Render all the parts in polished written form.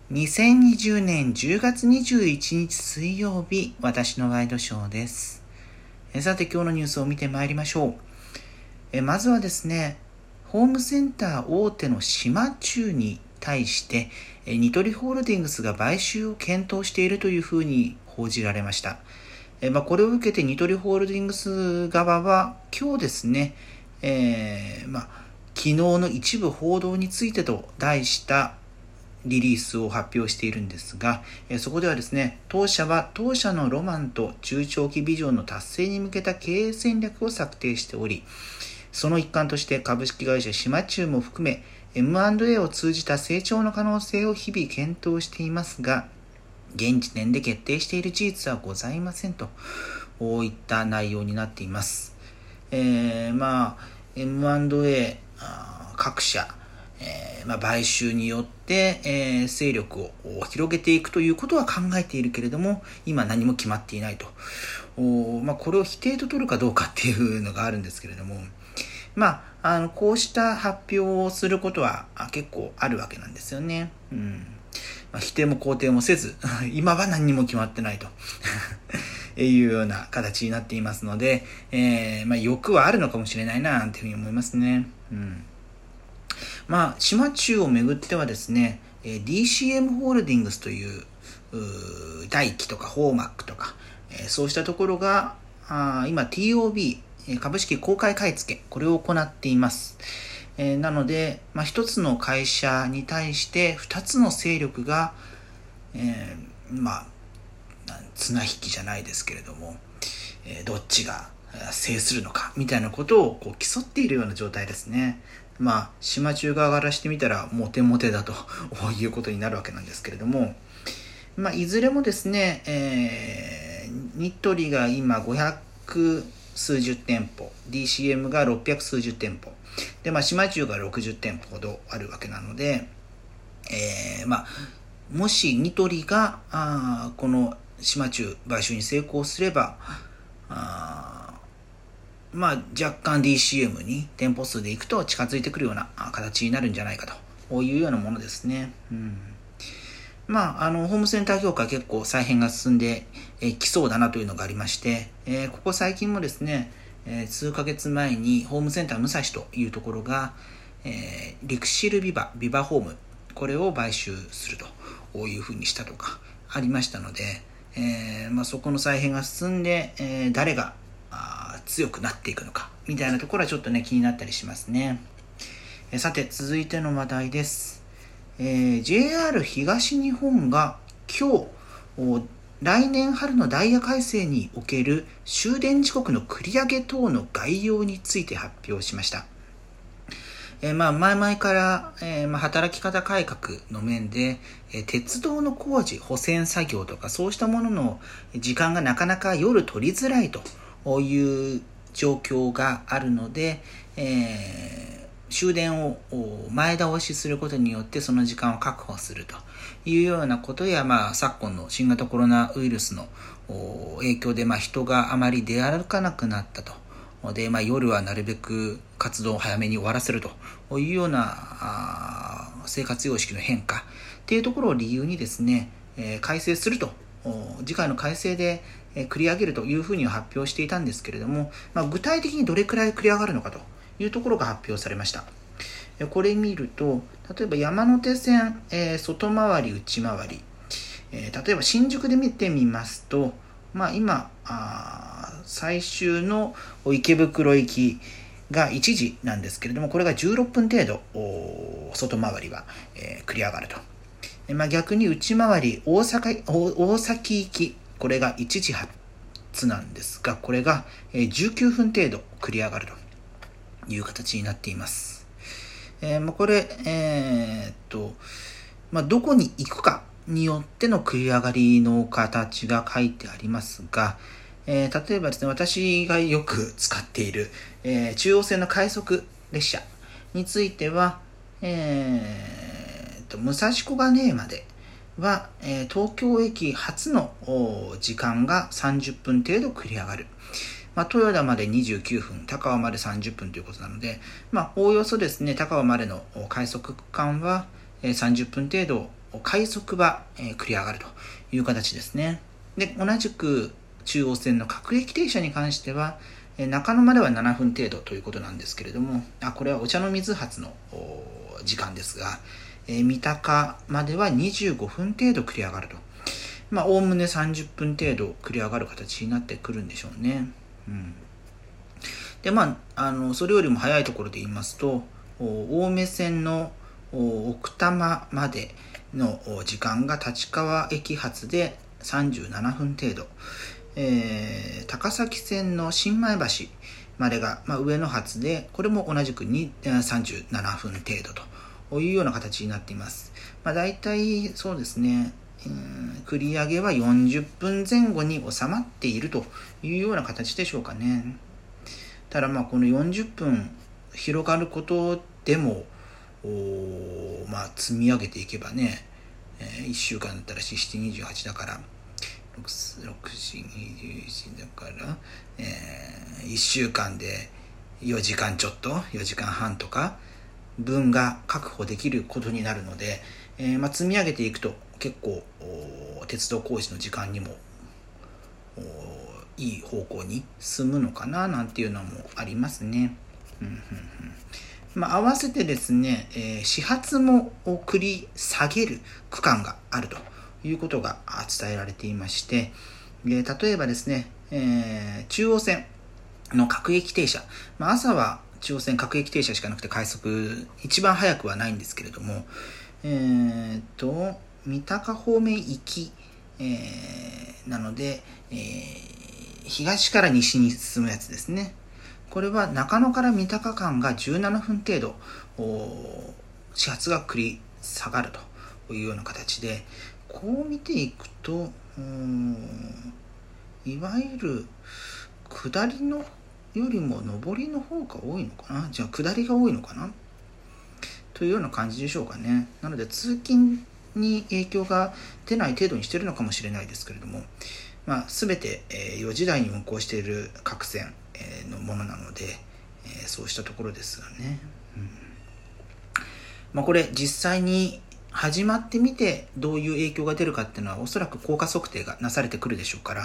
2020年10月21日水曜日、私のワイドショーです。さて今日のニュースを見てまいりましょう。まずはですね、ホームセンター大手の島忠に対してニトリホールディングスが買収を検討しているというふうに報じられました。これを受けてニトリホールディングス側は今日ですね、昨日の一部報道についてと題したリリースを発表しているんですが、そこではですね、当社は当社のロマンと中長期ビジョンの達成に向けた経営戦略を策定しており、その一環として株式会社島忠も含め M&A を通じた成長の可能性を日々検討していますが、現時点で決定している事実はございませんといった内容になっています。M&A 各社買収によって、勢力を広げていくということは考えているけれども、今何も決まっていないと。これを否定と取るかどうかっていうのがあるんですけれども、こうした発表をすることは結構あるわけなんですよね。否定も肯定もせず、今は何にも決まってないというような形になっていますので、欲はあるのかもしれないなというふうに思いますね。島忠をめぐってはですね、DCM ホールディングスというダイキとかホーマックとか、そうしたところが今 TOB 株式公開買い付け、これを行っています。なので、一つの会社に対して二つの勢力が、綱引きじゃないですけれども、どっちが制するのかみたいなことを競っているような状態ですね。島忠側からしてみたらモテモテだということになるわけなんですけれども、いずれもですね、ニトリが今500数十店舗、DCM が600数十店舗で、島忠が60店舗ほどあるわけなので、もしニトリがこの島忠買収に成功すれば、若干 DCM に店舗数でいくと近づいてくるような形になるんじゃないかというようなものですね。ホームセンター業界結構再編が進んできそうだなというのがありまして、ここ最近もですね、数ヶ月前にホームセンター武蔵というところが、リクシルビバホーム、これを買収するというふうにしたとかありましたので、そこの再編が進んで、誰が強くなっていくのかみたいなところはちょっとね気になったりしますね。さて続いての話題です。JR 東日本が今日来年春のダイヤ改正における終電時刻の繰り上げ等の概要について発表しました。前々から、働き方改革の面で、鉄道の工事、保線作業とかそうしたものの時間がなかなか夜取りづらいという状況があるので、終電を前倒しすることによってその時間を確保するというようなことや、昨今の新型コロナウイルスの影響で、人があまり出歩かなくなったと。で、夜はなるべく活動を早めに終わらせるというような生活様式の変化っていうところを理由にですね、改正すると、次回の改正で繰り上げるというふうに発表していたんですけれども、具体的にどれくらい繰り上がるのかというところが発表されました。これ見ると、例えば山手線、外回り内回り、例えば新宿で見てみますと、今最終の池袋行きが1時なんですけれども、これが16分程度外回りは、繰り上がると。逆に内回り大崎行き、これが1時発なんですが、これが19分程度繰り上がるという形になっています。これ、どこに行くかによっての繰り上がりの形が書いてありますが、例えばですね、私がよく使っている、中央線の快速列車については、武蔵小金井までは、東京駅発の時間が30分程度繰り上がる。豊田まで29分、高尾まで30分ということなので、おおよそですね、高尾までの快速区間は30分程度快速は繰り上がるという形ですね。で、同じく中央線の各駅停車に関しては、中野までは7分程度ということなんですけれども、これはお茶の水発の時間ですが、三鷹までは25分程度繰り上がると。おおむね30分程度繰り上がる形になってくるんでしょうね。で、それよりも早いところで言いますと、青梅線の奥多摩までの時間が立川駅発で37分程度、高崎線の新米橋までが、上野発で、これも同じく37分程度というような形になっています。だいたいそうですね、繰り上げは40分前後に収まっているというような形でしょうかね。ただこの40分広がることでも積み上げていけばね、1週間だったら4×7=28だから6×4=21だから、1週間で4時間ちょっと4時間半とか分が確保できることになるので、積み上げていくと結構鉄道工事の時間にもいい方向に進むのかななんていうのもありますね。合わせてですね、始発も繰り下げる区間があるということが伝えられていまして、例えばですね、中央線の各駅停車、朝は中央線各駅停車しかなくて快速一番早くはないんですけれども、三鷹方面行き、なので、東から西に進むやつですね。これは中野から三鷹間が17分程度始発が繰り下がるというような形で、こう見ていくといわゆる下りのよりも上りの方が多いのかな。じゃあ下りが多いのかなというような感じでしょうかね。なので通勤に影響が出ない程度にしているのかもしれないですけれども、全て4時台に運行している各線のものなので、そうしたところですよね。これ実際に始まってみてどういう影響が出るかっていうのはおそらく効果測定がなされてくるでしょうから、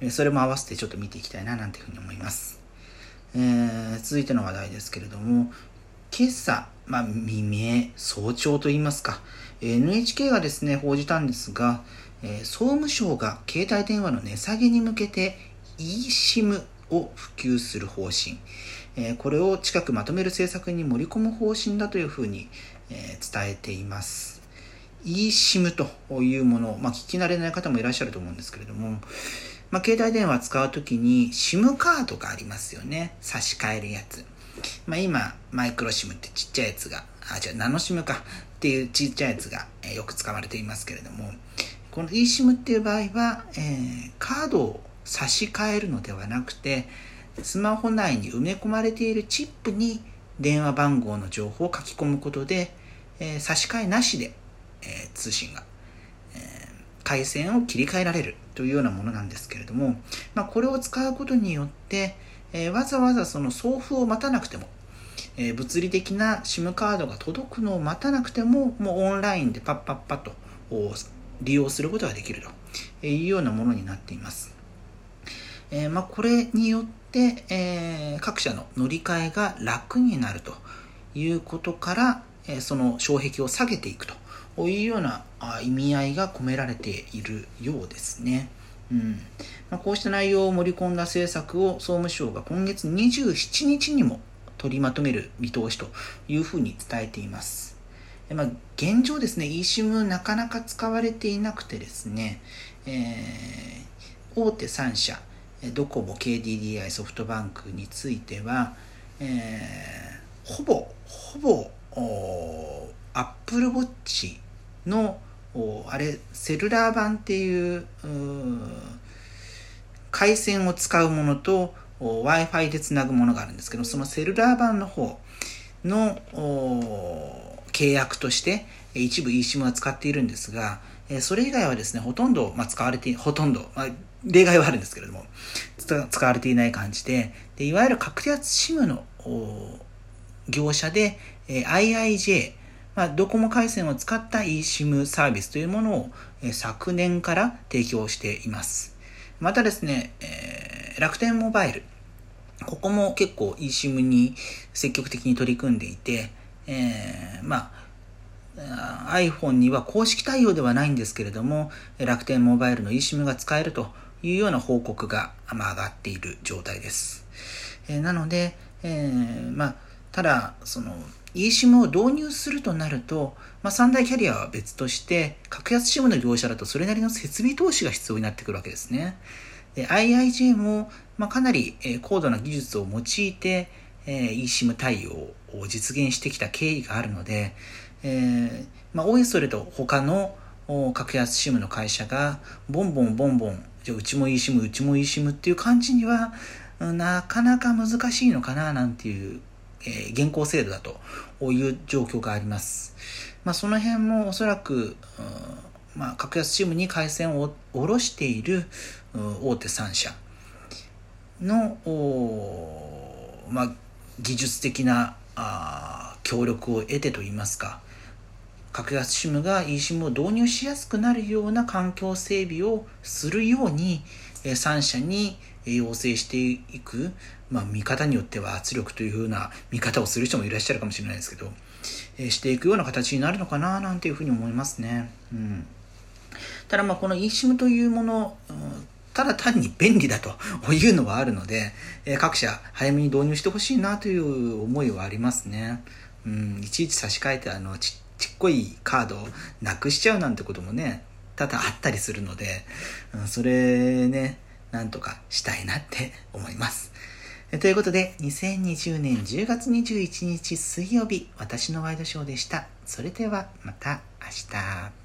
それも合わせてちょっと見ていきたいななんていうふうに思います。続いての話題ですけれども、今朝、未明、早朝といいますか、NHK がですね報じたんですが、総務省が携帯電話の値下げに向けて eSIM を普及する方針、これを近くまとめる政策に盛り込む方針だというふうに、伝えています。eSIM というもの、聞き慣れない方もいらっしゃると思うんですけれども、携帯電話使うときに SIM カードがありますよね。差し替えるやつ。今マイクロ SIM ってちっちゃいやつがナノ SIM かっていうちっちゃいやつがよく使われていますけれども、この eSIM っていう場合は、カードを差し替えるのではなくて、スマホ内に埋め込まれているチップに電話番号の情報を書き込むことで、差し替えなしで、通信が、回線を切り替えられるというようなものなんですけれども、これを使うことによって、わざわざその送付を待たなくても、物理的な SIM カードが届くのを待たなくても、もうオンラインでパッパッパッと利用することができるというようなものになっています。これによって、各社の乗り換えが楽になるということから、その障壁を下げていくというような意味合いが込められているようですね。こうした内容を盛り込んだ政策を総務省が今月27日にも取りまとめる見通しというふうに伝えています。現状ですね、eSIM なかなか使われていなくてですね、大手3社、ドコモ、KDDI、ソフトバンクについては、ほぼApple Watch のセルラー版っていう回線を使うものと Wi-Fi でつなぐものがあるんですけど、そのセルラー版の方の契約として一部 eSIM は使っているんですが、それ以外はですねほとんど使われて例外はあるんですけれども使われていない感じで、いわゆる格安 SIM の業者で、IIJ ドコモ回線を使った eSIM サービスというものを昨年から提供しています。またですね、楽天モバイル、ここも結構 eSIM に積極的に取り組んでいて、iPhone には公式対応ではないんですけれども、楽天モバイルの eSIM が使えるというような報告が上がっている状態です。なので、ただその eSIM を導入するとなると、三大キャリアは別として格安 SIM の業者だとそれなりの設備投資が必要になってくるわけですね。で IIJ も、かなり高度な技術を用いて、eSIM 対応を実現してきた経緯があるので、おいそれと他の格安 SIM の会社がボンボンじゃあうちも eSIM っていう感じにはなかなか難しいのかななんていう、現行制度だという状況があります。その辺もおそらく、格安 SIM に回線を下ろしている大手3社の技術的な協力を得てといいますか、格安 SIM が eSIM を導入しやすくなるような環境整備をするように3社に要請していく、見方によっては圧力というふうな見方をする人もいらっしゃるかもしれないですけど、していくような形になるのかななんていうふうに思いますね。ただこの eSIM というもの、ただ単に便利だというのはあるので、各社早めに導入してほしいなという思いはありますね。いちいち差し替えてちっこいカードをなくしちゃうなんてこともね、多々あったりするので、それね、なんとかしたいなって思います。ということで、2020年10月21日水曜日、私のワイドショーでした。それではまた明日。